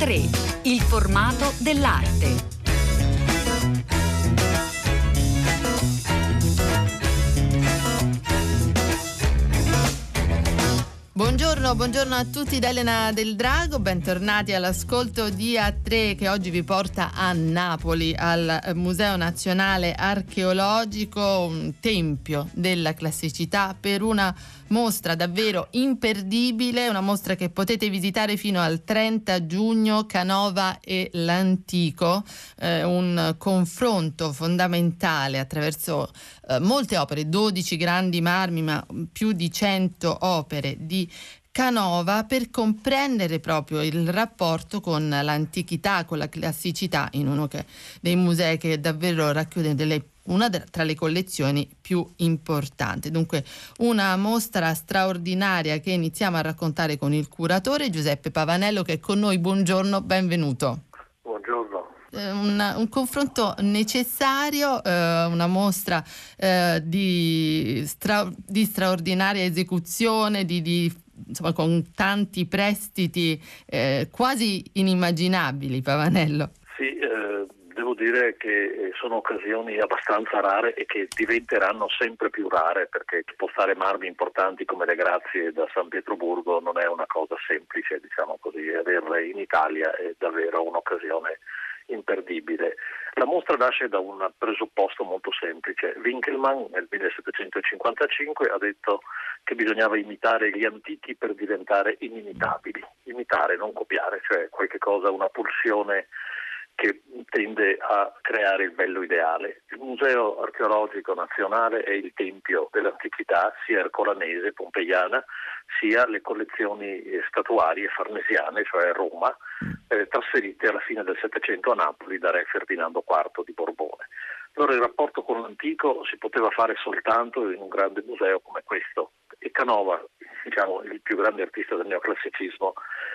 A3, il formato dell'arte. Buongiorno a tutti da Elena Del Drago, bentornati all'ascolto di A3 che oggi vi porta a Napoli, al Museo Nazionale Archeologico, un tempio della classicità, per una mostra davvero imperdibile, una mostra che potete visitare fino al 30 giugno, Canova e l'Antico, un confronto fondamentale attraverso molte opere, 12 grandi marmi, ma più di 100 opere di Canova, per comprendere proprio il rapporto con l'antichità, con la classicità, in uno dei musei che davvero racchiude tra le collezioni più importanti. Dunque una mostra straordinaria che iniziamo a raccontare con il curatore Giuseppe Pavanello, che è con noi. Buongiorno, benvenuto. Buongiorno. Un confronto necessario, una mostra di straordinaria esecuzione, insomma, con tanti prestiti quasi inimmaginabili, Pavanello. Sì, devo dire che sono occasioni abbastanza rare e che diventeranno sempre più rare, perché spostare marmi importanti come le Grazie da San Pietroburgo non è una cosa semplice, diciamo così. Averle in Italia è davvero un'occasione imperdibile. La mostra nasce da un presupposto molto semplice. Winkelmann nel 1755 ha detto che bisognava imitare gli antichi per diventare inimitabili. Imitare, non copiare, cioè qualche cosa, una pulsione che tende a creare il bello ideale. Il Museo Archeologico Nazionale è il tempio dell'antichità, sia ercolanese, pompeiana, sia le collezioni statuarie farnesiane, cioè a Roma, trasferite alla fine del Settecento a Napoli da re Ferdinando IV di Borbone. Allora il rapporto con l'antico si poteva fare soltanto in un grande museo come questo, e Canova, diciamo il più grande artista del neoclassicismo,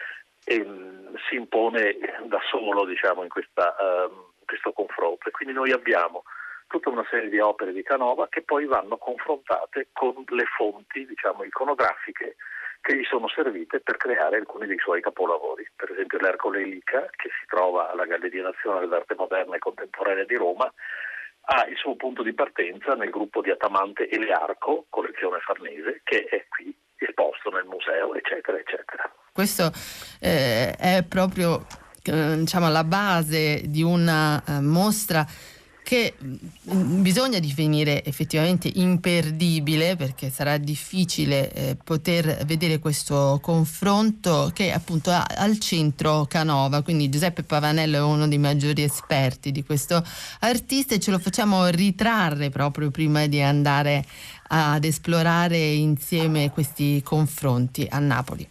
si impone da solo, diciamo, in questo confronto. E quindi noi abbiamo tutta una serie di opere di Canova che poi vanno confrontate con le fonti, diciamo, iconografiche che gli sono servite per creare alcuni dei suoi capolavori. Per esempio l'Ercole Lica, che si trova alla Galleria Nazionale d'Arte Moderna e Contemporanea di Roma, ha il suo punto di partenza nel gruppo di Atamante e Learco, collezione farnese, che è qui esposto nel museo, eccetera, eccetera. Questo è proprio diciamo la base di una mostra che bisogna definire effettivamente imperdibile, perché sarà difficile poter vedere questo confronto, che appunto ha al centro Canova. Quindi Giuseppe Pavanello è uno dei maggiori esperti di questo artista e ce lo facciamo ritrarre proprio prima di andare ad esplorare insieme questi confronti a Napoli.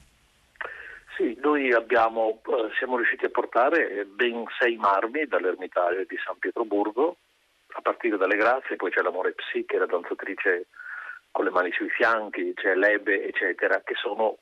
Sì, noi siamo riusciti a portare ben 6 marmi dall'Ermitaggio di San Pietroburgo, a partire dalle Grazie. Poi c'è l'Amore Psiche, la danzatrice con le mani sui fianchi, c'è l'Ebe, eccetera, che sono,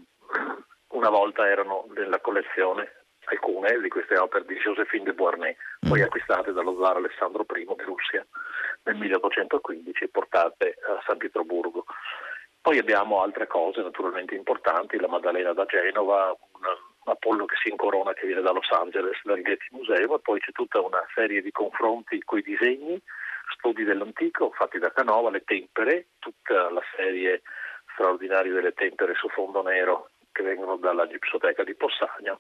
una volta erano nella collezione, alcune di queste opere di Joséphine de Beauharnais, poi acquistate dallo zar Alessandro I di Russia nel 1815 e portate a San Pietroburgo. Poi abbiamo altre cose naturalmente importanti, la Maddalena da Genova, un Apollo che si incorona che viene da Los Angeles, dal Getty Museum, e poi c'è tutta una serie di confronti coi disegni, studi dell'antico fatti da Canova, le tempere, tutta la serie straordinaria delle tempere su fondo nero che vengono dalla Gipsoteca di Possagno.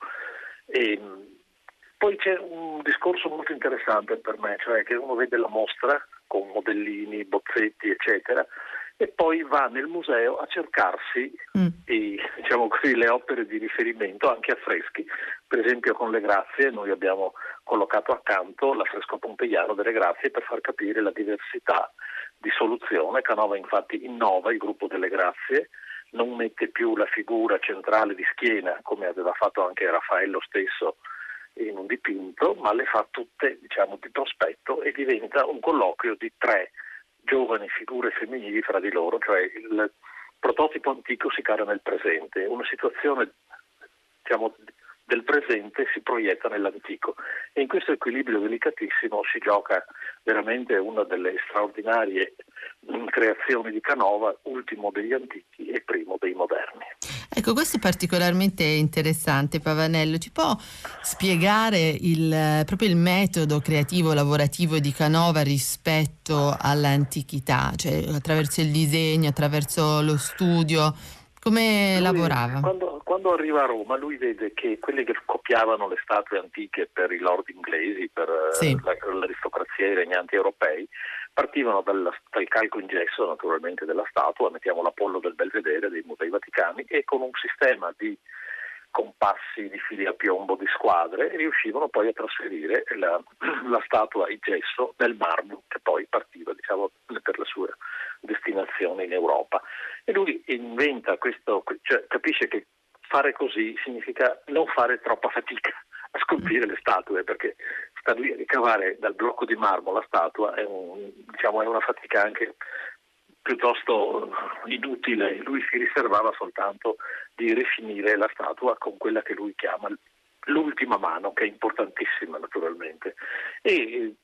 E poi c'è un discorso molto interessante per me, cioè che uno vede la mostra con modellini, bozzetti, eccetera, e poi va nel museo a cercarsi diciamo così, le opere di riferimento, anche affreschi. Per esempio con le Grazie noi abbiamo collocato accanto l'affresco pompeiano delle Grazie per far capire la diversità di soluzione. Canova infatti innova il gruppo delle Grazie, non mette più la figura centrale di schiena come aveva fatto anche Raffaello stesso in un dipinto, ma le fa tutte, diciamo, di prospetto, e diventa un colloquio di 3 giovani figure femminili fra di loro, cioè il prototipo antico si cade nel presente, una situazione, diciamo, del presente si proietta nell'antico, e in questo equilibrio delicatissimo si gioca veramente una delle straordinarie creazioni di Canova, ultimo degli antichi e primo dei moderni. Ecco, questo è particolarmente interessante, Pavanello. Ci può spiegare proprio il metodo creativo, lavorativo di Canova rispetto all'antichità, cioè attraverso il disegno, attraverso lo studio, come Lui, lavorava? quando arriva a Roma, lui vede che quelli che copiavano le statue antiche per i lord inglesi, per Sì. l'aristocrazia e i regnanti europei, partivano dal calco in gesso, naturalmente, della statua, mettiamo l'Apollo del Belvedere dei Musei Vaticani, e con un sistema di compassi, di fili a piombo, di squadre, riuscivano poi a trasferire la statua in gesso nel marmo, che poi partiva, diciamo, per la sua destinazione in Europa. E lui inventa questo, cioè capisce che fare così significa non fare troppa fatica a scolpire le statue, perché star lì a ricavare dal blocco di marmo la statua è una fatica anche piuttosto inutile. Lui si riservava soltanto di rifinire la statua con quella che lui chiama l'ultima mano, che è importantissima naturalmente. E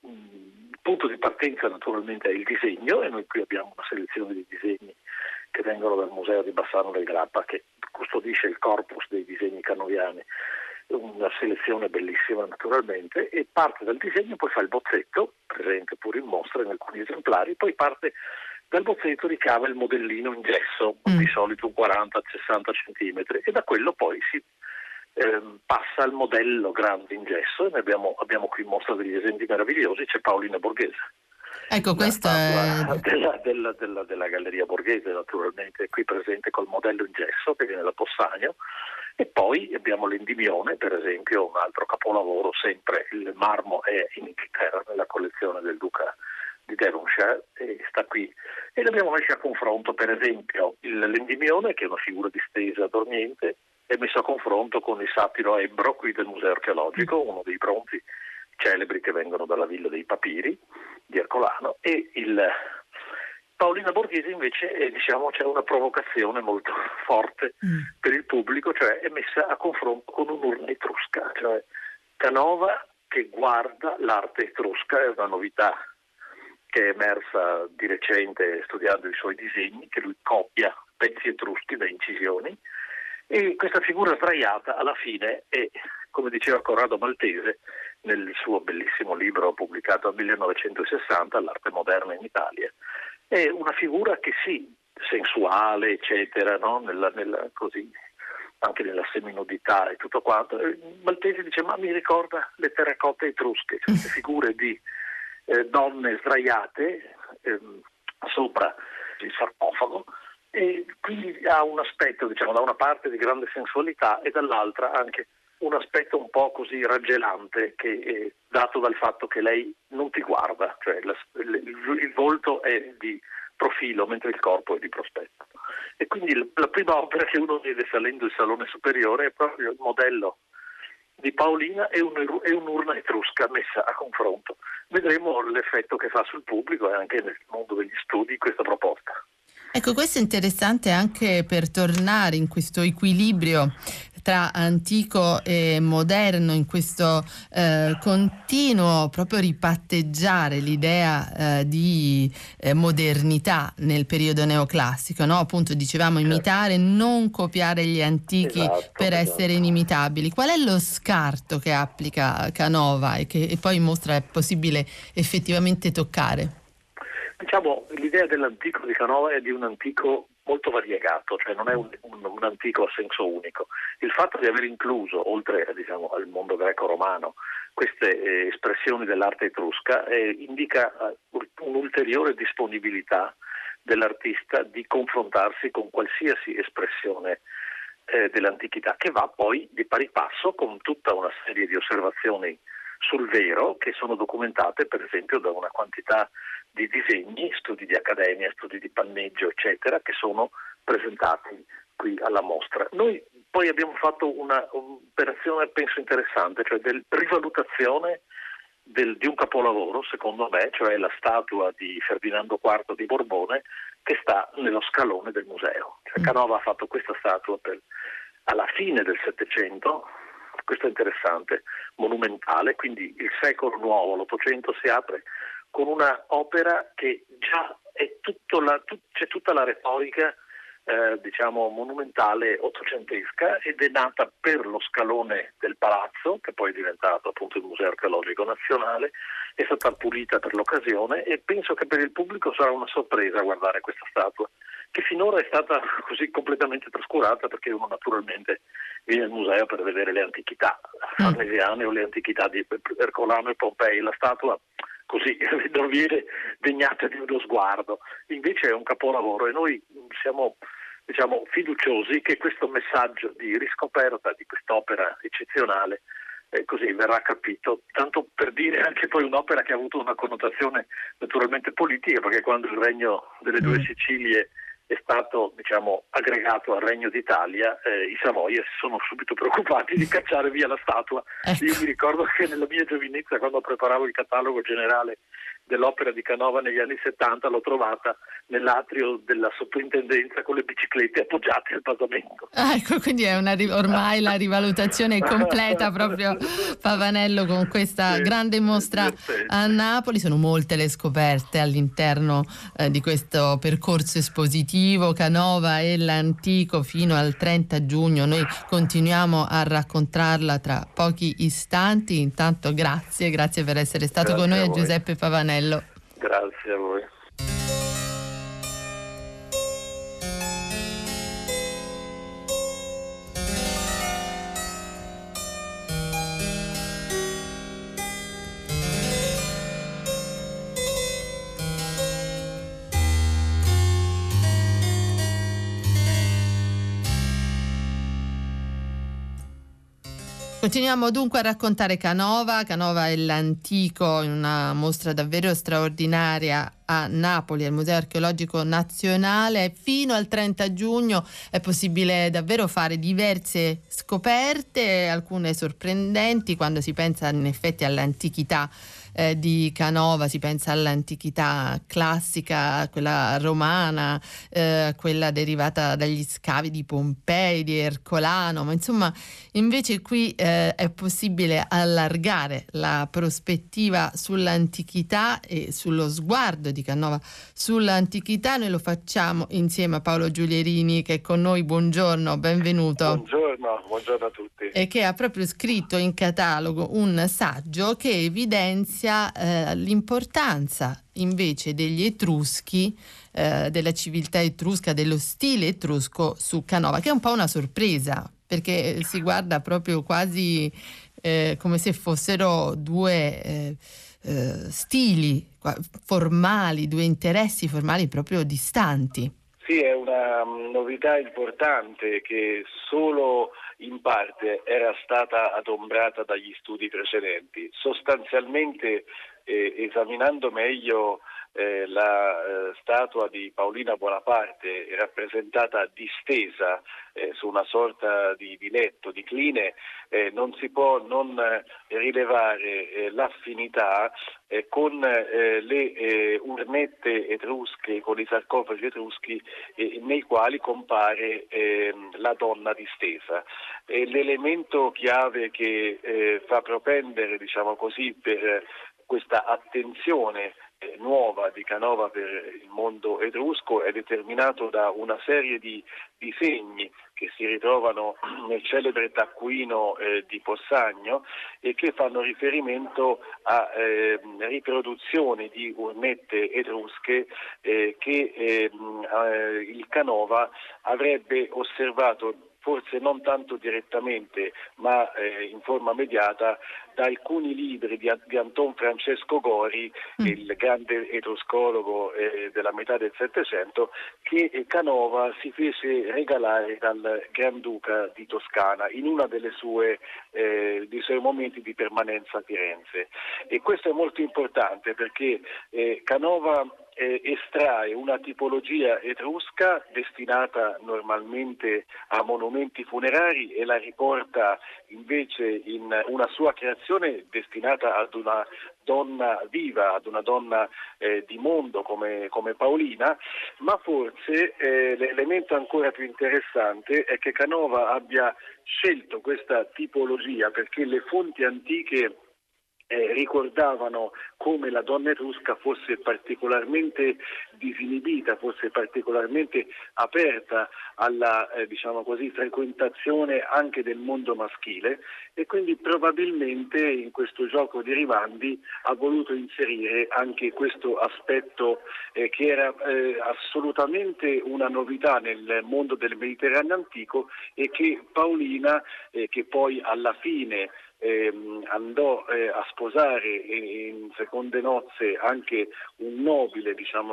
il punto di partenza naturalmente è il disegno, e noi qui abbiamo una selezione di disegni che vengono dal Museo di Bassano del Grappa, che custodisce il corpus dei disegni canoviani, una selezione bellissima naturalmente, e parte dal disegno, poi fa il bozzetto, presente pure in mostra in alcuni esemplari, poi parte dal bozzetto, ricava il modellino in gesso, di solito 40-60 centimetri, e da quello poi si passa al modello grande in gesso, e noi abbiamo qui in mostra degli esempi meravigliosi. C'è Paolina Borghese, Ecco, questo è... della Galleria Borghese, naturalmente, qui presente col modello in gesso che viene da Possagno. E poi abbiamo l'Endimione, per esempio, un altro capolavoro, sempre il marmo è in Inghilterra nella collezione del duca di Devonshire, e sta qui, e l'abbiamo messo a confronto. Per esempio l'Endimione, che è una figura distesa dormiente, è messo a confronto con il Satiro Ebbro qui del Museo Archeologico, uno dei bronzi celebri che vengono dalla Villa dei Papiri di Ercolano. E il Paolina Borghese invece c'è una provocazione molto forte per il pubblico, cioè è messa a confronto con un'urna etrusca, cioè Canova che guarda l'arte etrusca. È una novità che è emersa di recente studiando i suoi disegni, che lui copia pezzi etruschi da incisioni, e questa figura sdraiata alla fine è, come diceva Corrado Maltese nel suo bellissimo libro pubblicato nel 1960, L'arte moderna in Italia, è una figura che sì, sensuale, eccetera, no? Così, anche nella seminudità e tutto quanto. Maltese dice: ma mi ricorda le terracotte etrusche, cioè queste figure di donne sdraiate sopra il sarcofago, e quindi ha un aspetto, diciamo, da una parte di grande sensualità e dall'altra anche un aspetto un po' così raggelante, che è dato dal fatto che lei non ti guarda, cioè il volto è di profilo mentre il corpo è di prospetto. E quindi la prima opera che uno vede salendo il salone superiore è proprio il modello di Paolina e un'urna etrusca messa a confronto. Vedremo l'effetto che fa sul pubblico e anche nel mondo degli studi questa proposta. Ecco, questo è interessante anche per tornare in questo equilibrio tra antico e moderno, in questo continuo proprio ripatteggiare l'idea di modernità nel periodo neoclassico, no? Appunto dicevamo imitare, non copiare gli antichi per essere inimitabili. Qual è lo scarto che applica Canova e che poi mostra è possibile effettivamente toccare? Diciamo, l'idea dell'antico di Canova è di un antico molto variegato, cioè non è un antico a senso unico. Il fatto di aver incluso, oltre diciamo, al mondo greco-romano, queste espressioni dell'arte etrusca indica un'ulteriore disponibilità dell'artista di confrontarsi con qualsiasi espressione dell'antichità, che va poi di pari passo con tutta una serie di osservazioni sul vero che sono documentate per esempio da una quantità di disegni, studi di accademia, studi di panneggio eccetera, che sono presentati qui alla mostra. Noi poi abbiamo fatto un'operazione penso interessante, cioè del rivalutazione di un capolavoro secondo me, cioè la statua di Ferdinando IV di Borbone che sta nello scalone del museo. Cioè, Canova ha fatto questa statua alla fine del Settecento. Questo è interessante, monumentale, quindi il secolo nuovo, l'Ottocento, si apre con una opera che già è c'è tutta la retorica monumentale ottocentesca, ed è nata per lo scalone del palazzo, che poi è diventato appunto il Museo Archeologico Nazionale. È stata pulita per l'occasione e penso che per il pubblico sarà una sorpresa guardare questa statua, che finora è stata così completamente trascurata, perché uno naturalmente viene al museo per vedere le antichità farnesiane o le antichità di Ercolano e Pompei. La statua così non viene degnata di uno sguardo, invece è un capolavoro, e noi siamo fiduciosi che questo messaggio di riscoperta di quest'opera eccezionale così verrà capito, tanto per dire anche poi un'opera che ha avuto una connotazione naturalmente politica, perché quando il regno delle due Sicilie è stato aggregato al Regno d'Italia, i Savoia si sono subito preoccupati di cacciare via la statua. Ecco. Io mi ricordo che nella mia giovinezza, quando preparavo il catalogo generale dell'opera di Canova negli anni 70, l'ho trovata nell'atrio della soprintendenza con le biciclette appoggiate al basamento. Ecco, quindi è ormai la rivalutazione completa proprio Pavanello con questa grande mostra a Napoli. Sono molte le scoperte all'interno di questo percorso espositivo Canova e l'antico fino al 30 giugno. Noi continuiamo a raccontarla tra pochi istanti. Intanto grazie per essere stato con noi, a Giuseppe Pavanello. Grazie a voi. Continuiamo dunque a raccontare Canova è l'antico, in una mostra davvero straordinaria a Napoli, al Museo Archeologico Nazionale. Fino al 30 giugno è possibile davvero fare diverse scoperte, alcune sorprendenti, quando si pensa in effetti all'antichità di Canova, si pensa all'antichità classica, quella romana, quella derivata dagli scavi di Pompei, di Ercolano, ma insomma invece qui è possibile allargare la prospettiva sull'antichità e sullo sguardo di Canova sull'antichità. Noi lo facciamo insieme a Paolo Giulierini, che è con noi. Buongiorno, benvenuto. Buongiorno a tutti. E che ha proprio scritto in catalogo un saggio che evidenzia l'importanza invece degli Etruschi, della civiltà etrusca, dello stile etrusco su Canova, che è un po' una sorpresa, perché si guarda proprio quasi come se fossero due stili formali, due interessi formali proprio distanti. Sì, è una novità importante che solo in parte era stata adombrata dagli studi precedenti. Sostanzialmente, esaminando meglio la statua di Paolina Bonaparte, rappresentata distesa su una sorta di letto, di cline, non si può non rilevare l'affinità con le urnette etrusche, con i sarcofagi etruschi nei quali compare la donna distesa. L'elemento chiave che fa propendere, diciamo così, per questa attenzione nuova di Canova per il mondo etrusco è determinato da una serie di disegni che si ritrovano nel celebre taccuino di Possagno e che fanno riferimento a riproduzioni di urnette etrusche che il Canova avrebbe osservato, forse non tanto direttamente, ma in forma mediata, da alcuni libri di Anton Francesco Gori, il grande etruscologo della metà del Settecento, che Canova si fece regalare dal Granduca di Toscana in una dei suoi momenti di permanenza a Firenze. E questo è molto importante perché Canova estrae una tipologia etrusca destinata normalmente a monumenti funerari e la riporta invece in una sua creazione destinata ad una donna viva, ad una donna di mondo come Paolina, ma forse l'elemento ancora più interessante è che Canova abbia scelto questa tipologia perché le fonti antiche ricordavano come la donna etrusca fosse particolarmente disinibita, fosse particolarmente aperta alla frequentazione anche del mondo maschile, e quindi probabilmente in questo gioco di rimandi ha voluto inserire anche questo aspetto che era assolutamente una novità nel mondo del Mediterraneo antico, e che Paolina, che poi alla fine andò a sposare in seconde nozze anche un nobile,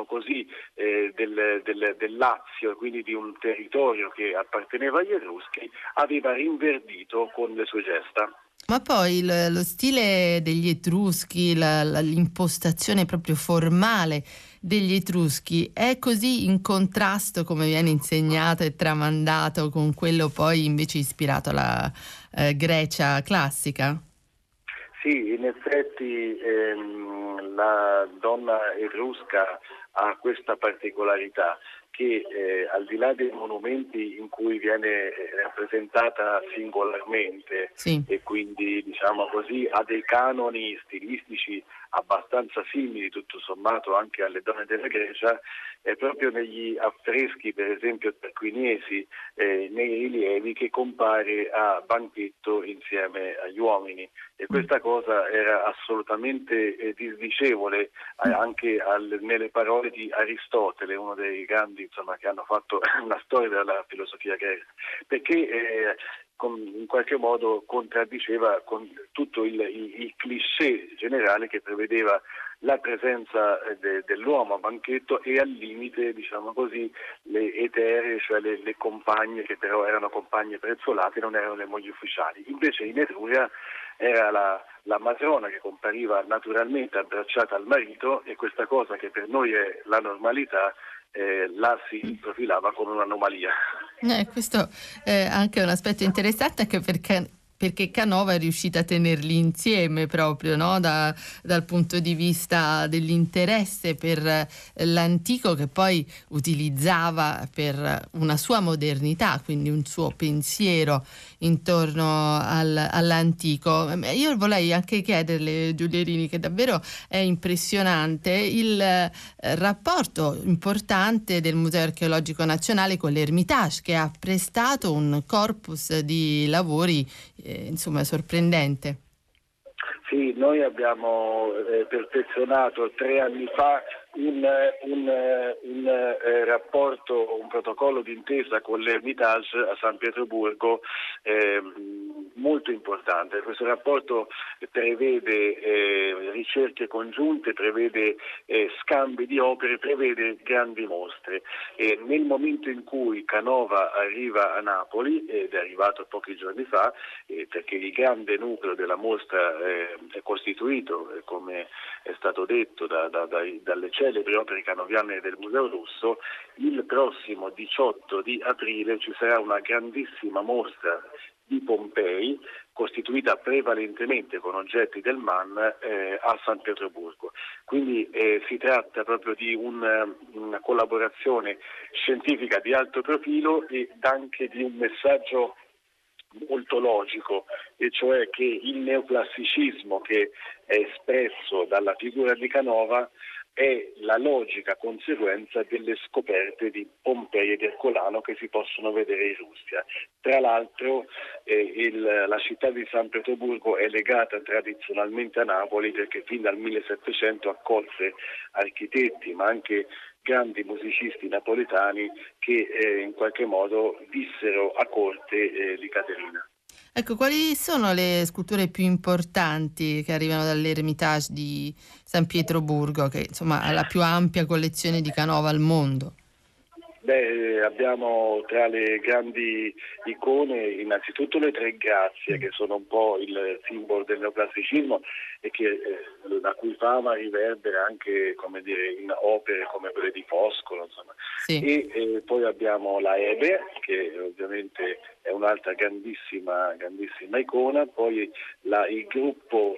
del Lazio, quindi di un territorio che apparteneva agli Etruschi, aveva rinverdito con le sue gesta. Ma poi lo stile degli Etruschi, l'impostazione proprio formale degli Etruschi è così in contrasto, come viene insegnato e tramandato, con quello poi invece ispirato alla Grecia classica? Sì, in effetti la donna etrusca ha questa particolarità che al di là dei monumenti in cui viene rappresentata singolarmente, sì, e quindi ha dei canoni stilistici abbastanza simili tutto sommato anche alle donne della Grecia, è proprio negli affreschi, per esempio tarquiniesi, nei rilievi, che compare a banchetto insieme agli uomini, e questa cosa era assolutamente disdicevole anche nelle parole di Aristotele, uno dei grandi che hanno fatto una storia della filosofia greca, perché in qualche modo contraddiceva con tutto il cliché generale che prevedeva la presenza dell'uomo a banchetto, e al limite, le eteree, cioè le compagne, che però erano compagne prezzolate, non erano le mogli ufficiali. Invece in Etruria era la matrona che compariva naturalmente abbracciata al marito, e questa cosa, che per noi è la normalità, là si profilava come un'anomalia. Questo è anche un aspetto interessante, anche perché Canova è riuscita a tenerli insieme proprio, no? Dal punto di vista dell'interesse per l'antico, che poi utilizzava per una sua modernità, quindi un suo pensiero intorno all'antico. Io vorrei anche chiederle, Giulierini, che davvero è impressionante il rapporto importante del Museo Archeologico Nazionale con l'Ermitage, che ha prestato un corpus di lavori sorprendente. Sì, noi abbiamo perfezionato 3 anni fa un rapporto, un protocollo d'intesa con l'Ermitage a San Pietroburgo molto importante. Questo rapporto prevede ricerche congiunte, prevede scambi di opere, prevede grandi mostre. E nel momento in cui Canova arriva a Napoli, ed è arrivato pochi giorni fa, perché il grande nucleo della mostra è costituito, come è stato detto, dalle celebri opere canoviane del Museo Russo, il prossimo 18 di aprile ci sarà una grandissima mostra di Pompei, costituita prevalentemente con oggetti del MAN, a San Pietroburgo. Quindi si tratta proprio di una collaborazione scientifica di alto profilo, ed anche di un messaggio molto logico, e cioè che il neoclassicismo che è espresso dalla figura di Canova è la logica conseguenza delle scoperte di Pompei ed Ercolano che si possono vedere in Russia. Tra l'altro la città di San Pietroburgo è legata tradizionalmente a Napoli, perché fin dal 1700 accolse architetti ma anche grandi musicisti napoletani che in qualche modo vissero a corte di Caterina. Ecco, quali sono le sculture più importanti che arrivano dall'Ermitage di San Pietroburgo, che ha la più ampia collezione di Canova al mondo? Abbiamo tra le grandi icone innanzitutto le 3 grazie, che sono un po' il simbolo del neoclassicismo, e che la cui fama riverbera anche, in opere come quelle di Foscolo, Sì. E poi abbiamo la Ebe, che ovviamente è un'altra grandissima icona, poi il gruppo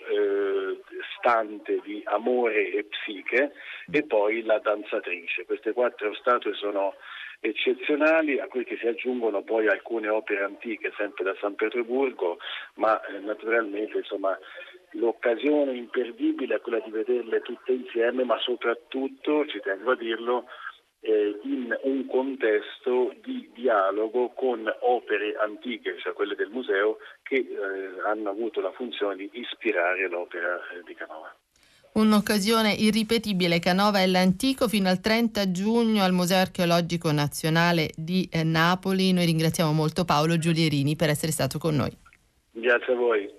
stante di Amore e Psiche, e poi la danzatrice. Queste 4 statue sono eccezionali, a cui che si aggiungono poi alcune opere antiche sempre da San Pietroburgo, ma naturalmente l'occasione imperdibile è quella di vederle tutte insieme, ma soprattutto, ci tengo a dirlo, in un contesto di dialogo con opere antiche, cioè quelle del museo, che hanno avuto la funzione di ispirare l'opera di Canova. Un'occasione irripetibile. Canova e l'Antico fino al 30 giugno al Museo Archeologico Nazionale di Napoli. Noi ringraziamo molto Paolo Giulierini per essere stato con noi. Grazie a voi.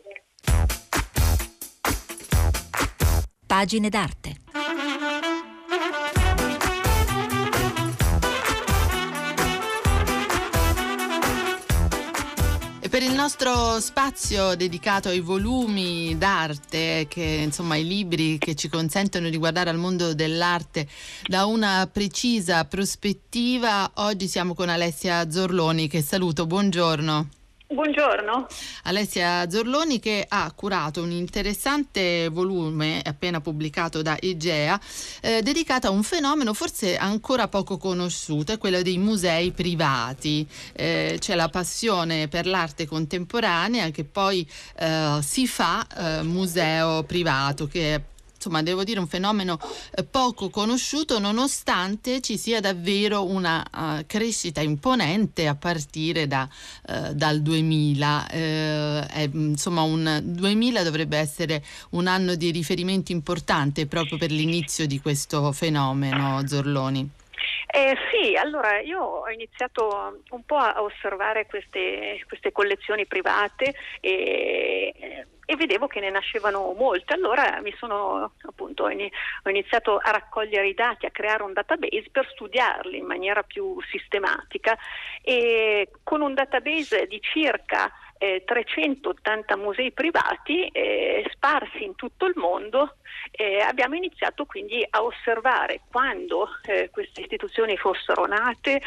Pagine d'arte. Per il nostro spazio dedicato ai volumi d'arte, che insomma i libri che ci consentono di guardare al mondo dell'arte da una precisa prospettiva, oggi siamo con Alessia Zorloni, che saluto, buongiorno. Buongiorno. Alessia Zorloni, che ha curato un interessante volume appena pubblicato da Egea dedicato a un fenomeno forse ancora poco conosciuto, è quello dei musei privati. C'è la passione per l'arte contemporanea che poi si fa museo privato, che è, insomma, devo dire, un fenomeno poco conosciuto, nonostante ci sia davvero una crescita imponente a partire dal 2000. Insomma, un 2000 dovrebbe essere un anno di riferimento importante proprio per l'inizio di questo fenomeno, Zorloni. Sì, allora io ho iniziato un po' a osservare queste collezioni private e vedevo che ne nascevano molte. Allora ho iniziato a raccogliere i dati, a creare un database per studiarli in maniera più sistematica, e con un database di circa 380 musei privati sparsi in tutto il mondo. Abbiamo iniziato quindi a osservare quando queste istituzioni fossero nate,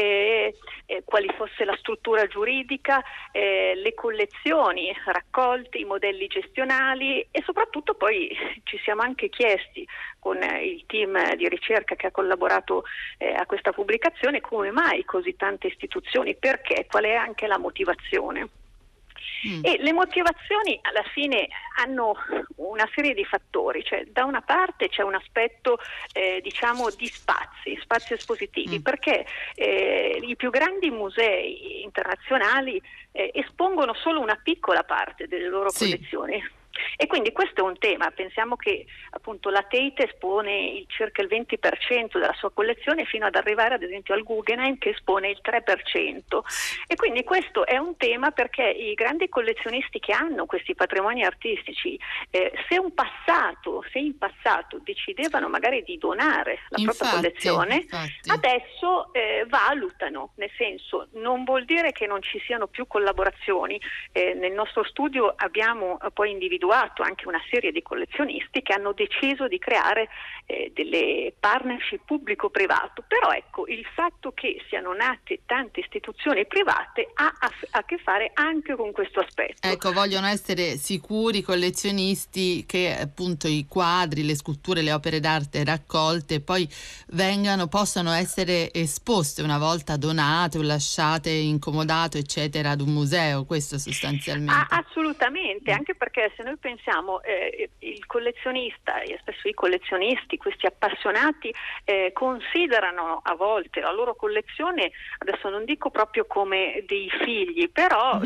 quali fosse la struttura giuridica, le collezioni raccolte, i modelli gestionali, e soprattutto poi ci siamo anche chiesti con il team di ricerca che ha collaborato a questa pubblicazione come mai così tante istituzioni, perché, qual è anche la motivazione. E le motivazioni alla fine hanno una serie di fattori, cioè da una parte c'è un aspetto di spazi espositivi, perché i più grandi musei internazionali espongono solo una piccola parte delle loro collezioni. E quindi questo è un tema. Pensiamo che appunto la Tate espone circa il 20% della sua collezione, fino ad arrivare ad esempio al Guggenheim che espone il 3%, e quindi questo è un tema perché i grandi collezionisti che hanno questi patrimoni artistici, se in passato decidevano magari di donare la propria collezione, adesso valutano, nel senso, non vuol dire che non ci siano più collaborazioni. Nel nostro studio abbiamo poi individuato anche una serie di collezionisti che hanno deciso di creare delle partnership pubblico-privato, però ecco, il fatto che siano nate tante istituzioni private ha a che fare anche con questo aspetto. Ecco, vogliono essere sicuri i collezionisti che appunto i quadri, le sculture, le opere d'arte raccolte poi possano essere esposte una volta donate o lasciate incomodato eccetera ad un museo, questo sostanzialmente. Assolutamente, anche perché se noi pensiamo il collezionista, e spesso i collezionisti, questi appassionati, considerano a volte la loro collezione, adesso non dico proprio come dei figli, però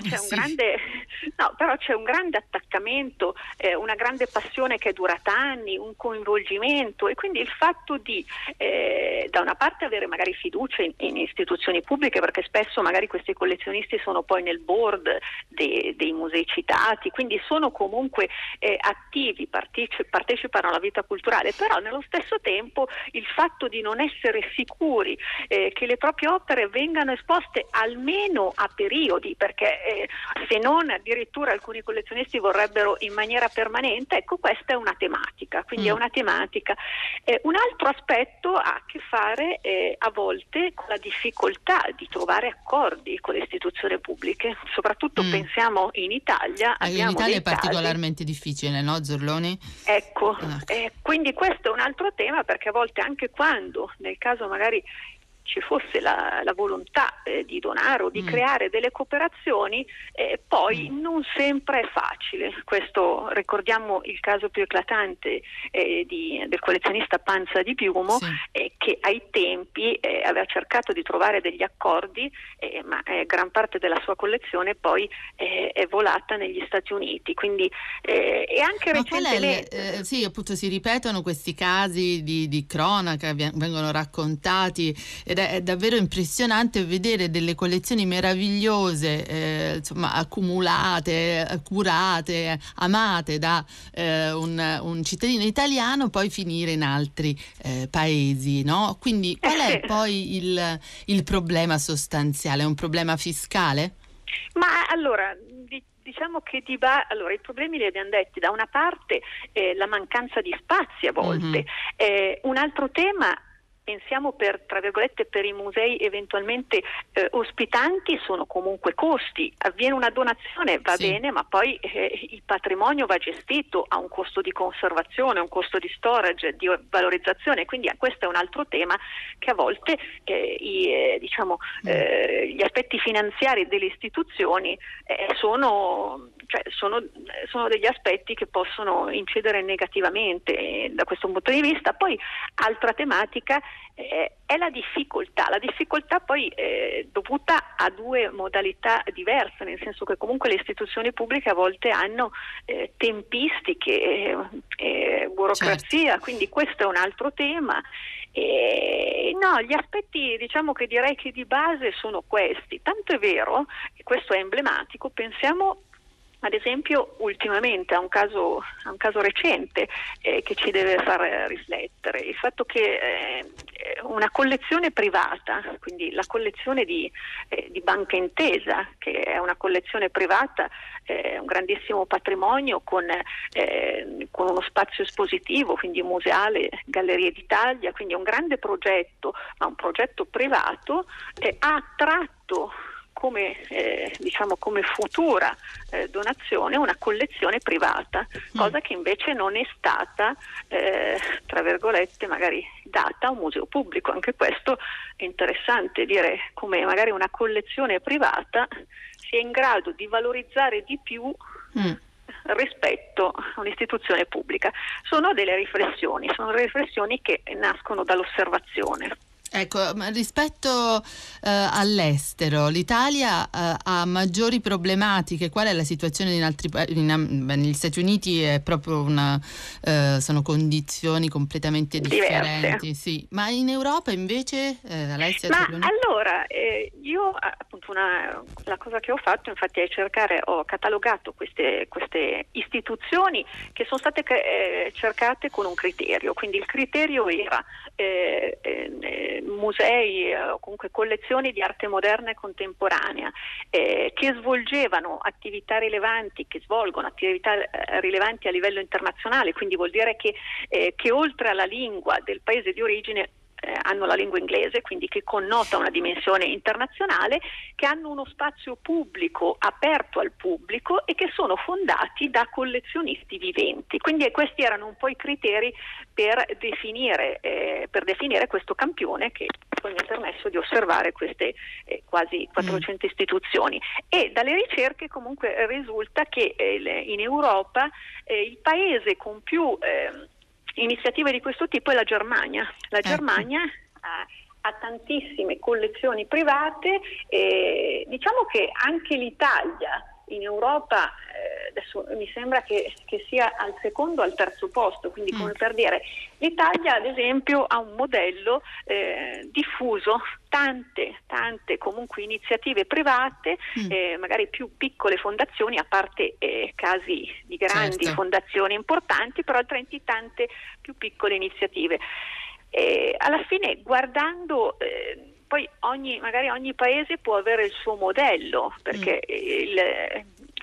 c'è un grande attaccamento, una grande passione che è durata anni, un coinvolgimento, e quindi il fatto di da una parte avere magari fiducia in istituzioni pubbliche, perché spesso magari questi collezionisti sono poi nel board dei musei citati, quindi sono comunque attivi, partecipano alla vita culturale, però nello stesso tempo il fatto di non essere sicuri che le proprie opere vengano esposte almeno a periodi, perché se non addirittura alcuni collezionisti vorrebbero in maniera permanente, ecco, questa è una tematica, quindi è una tematica. Un altro aspetto ha a che fare a volte con la difficoltà di trovare accordi con le istituzioni pubbliche, soprattutto pensiamo in Italia. In Italia è particolarmente difficile, no, Zorloni? Ecco, quindi questo è un altro tema, perché a volte anche quando nel caso magari ci fosse la volontà di donare o di creare delle cooperazioni, poi non sempre è facile. Questo, ricordiamo il caso più eclatante del collezionista Panza di Piumo, che ai tempi aveva cercato di trovare degli accordi, ma gran parte della sua collezione poi è volata negli Stati Uniti, quindi e anche recentemente sì, appunto, si ripetono questi casi di cronaca, vengono raccontati, ed è davvero impressionante vedere delle collezioni meravigliose, insomma, accumulate, curate, amate da un cittadino italiano, poi finire in altri paesi, no? Quindi qual è poi il problema sostanziale? È un problema fiscale? Ma allora, diciamo che allora, i problemi li abbiamo detti. Da una parte la mancanza di spazi a volte. Un altro tema, pensiamo tra virgolette, per i musei eventualmente ospitanti, sono comunque costi. Avviene una donazione, va bene, ma poi il patrimonio va gestito, ha un costo di conservazione, un costo di storage, di valorizzazione, quindi questo è un altro tema che a volte gli aspetti finanziari delle istituzioni sono degli aspetti che possono incidere negativamente da questo punto di vista. Poi altra tematica è la difficoltà. La difficoltà poi è dovuta a due modalità diverse, nel senso che comunque le istituzioni pubbliche a volte hanno tempistiche, burocrazia, quindi questo è un altro tema. No, gli aspetti, diciamo, che direi che di base sono questi. Tanto è vero, e questo è emblematico, pensiamo ad esempio ultimamente a un caso recente che ci deve far riflettere, il fatto che una collezione privata, quindi la collezione di Banca Intesa, che è una collezione privata, un grandissimo patrimonio con uno spazio espositivo, quindi museale, Gallerie d'Italia, quindi un grande progetto, ma un progetto privato, ha attratto come futura donazione una collezione privata, cosa che invece non è stata tra virgolette magari data a un museo pubblico. Anche questo è interessante, dire come magari una collezione privata sia in grado di valorizzare di più rispetto a un'istituzione pubblica. Sono delle riflessioni che nascono dall'osservazione. Ecco, rispetto all'estero, l'Italia ha maggiori problematiche. Qual è la situazione in altri paesi? Negli Stati Uniti è proprio sono condizioni completamente differenti, sì. Ma in Europa invece, Alessia? Allora, io appunto la cosa che ho fatto infatti è ho catalogato queste istituzioni che sono state cercate con un criterio, quindi il criterio era musei o comunque collezioni di arte moderna e contemporanea che svolgono attività rilevanti a livello internazionale, quindi vuol dire che oltre alla lingua del paese di origine hanno la lingua inglese, quindi che connota una dimensione internazionale, che hanno uno spazio pubblico aperto al pubblico e che sono fondati da collezionisti viventi. Quindi questi erano un po' i criteri per definire questo campione che poi mi ha permesso di osservare queste quasi 400 istituzioni. E dalle ricerche comunque risulta che in Europa il paese con più iniziative di questo tipo è la Germania. La Germania ha tantissime collezioni private, diciamo che anche l'Italia in Europa adesso mi sembra che sia al secondo o al terzo posto, quindi come per dire, l'Italia ad esempio ha un modello diffuso, tante comunque iniziative private, magari più piccole fondazioni, a parte casi di grandi fondazioni importanti, però altrimenti tante più piccole iniziative. Alla fine, guardando poi ogni paese può avere il suo modello, perché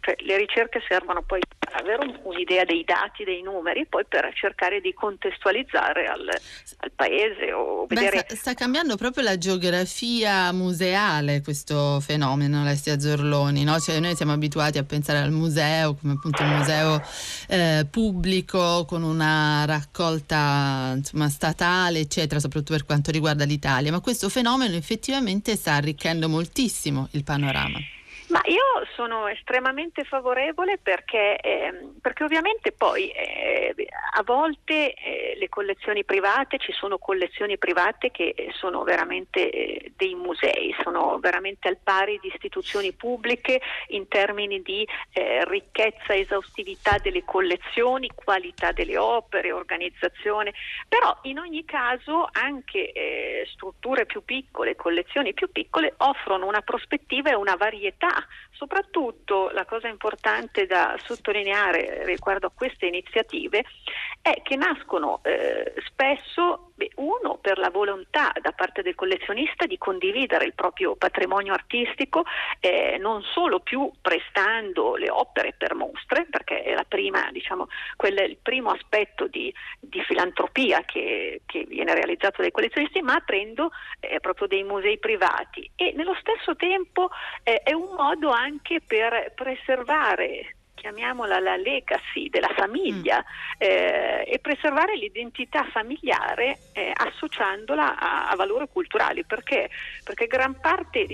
Cioè, le ricerche servono poi per avere un'idea dei dati, dei numeri, poi per cercare di contestualizzare al paese o vedere. Sta cambiando proprio la geografia museale questo fenomeno, Alessia Zorloni, no? Cioè, noi siamo abituati a pensare al museo come appunto un museo pubblico con una raccolta, insomma, statale, eccetera, soprattutto per quanto riguarda l'Italia, ma questo fenomeno effettivamente sta arricchendo moltissimo il panorama. Ma io sono estremamente favorevole perché ovviamente poi a volte le collezioni private, ci sono collezioni private che sono veramente dei musei, sono veramente al pari di istituzioni pubbliche in termini di ricchezza, esaustività delle collezioni, qualità delle opere, organizzazione, però in ogni caso anche strutture più piccole, collezioni più piccole offrono una prospettiva e una varietà. Soprattutto la cosa importante da sottolineare riguardo a queste iniziative è che nascono spesso, uno, per la volontà da parte del collezionista di condividere il proprio patrimonio artistico, non solo più prestando le opere per mostre, perché è la prima, diciamo, il primo aspetto di filantropia che viene realizzato dai collezionisti, ma aprendo proprio dei musei privati, e nello stesso tempo è un modo anche per preservare, chiamiamola la legacy della famiglia, e preservare l'identità familiare associandola a valori culturali, perché gran parte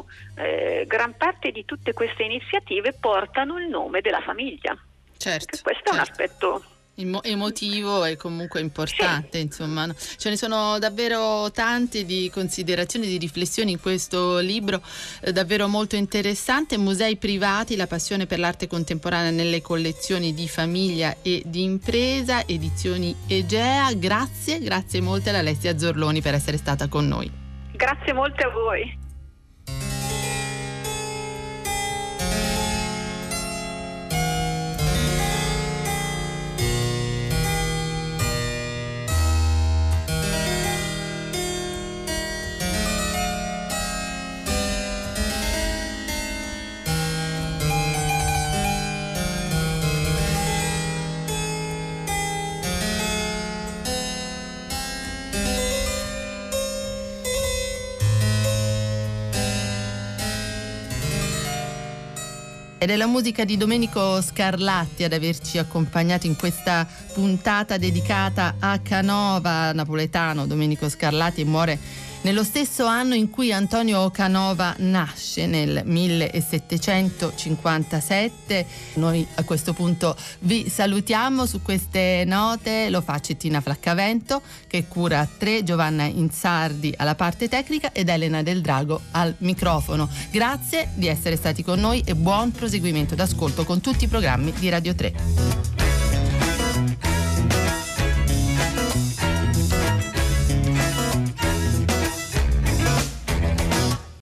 di tutte queste iniziative portano il nome della famiglia. Certo, questo è un aspetto emotivo e comunque importante, sì. Insomma, no? Ce ne sono davvero tante di considerazioni, di riflessioni in questo libro, davvero molto interessante. Musei privati, la passione per l'arte contemporanea nelle collezioni di famiglia e di impresa, edizioni Egea. Grazie molte ad Alessia Zorloni per essere stata con noi. Grazie molte a voi. Ed è la musica di Domenico Scarlatti ad averci accompagnato in questa puntata dedicata a Canova, napoletano. Domenico Scarlatti muore nello stesso anno in cui Antonio Canova nasce, nel 1757. Noi a questo punto vi salutiamo. Su queste note lo fa Cettina Flaccavento, che cura a 3, Giovanna Insardi alla parte tecnica ed Elena Del Drago al microfono. Grazie di essere stati con noi e buon proseguimento d'ascolto con tutti i programmi di Radio 3.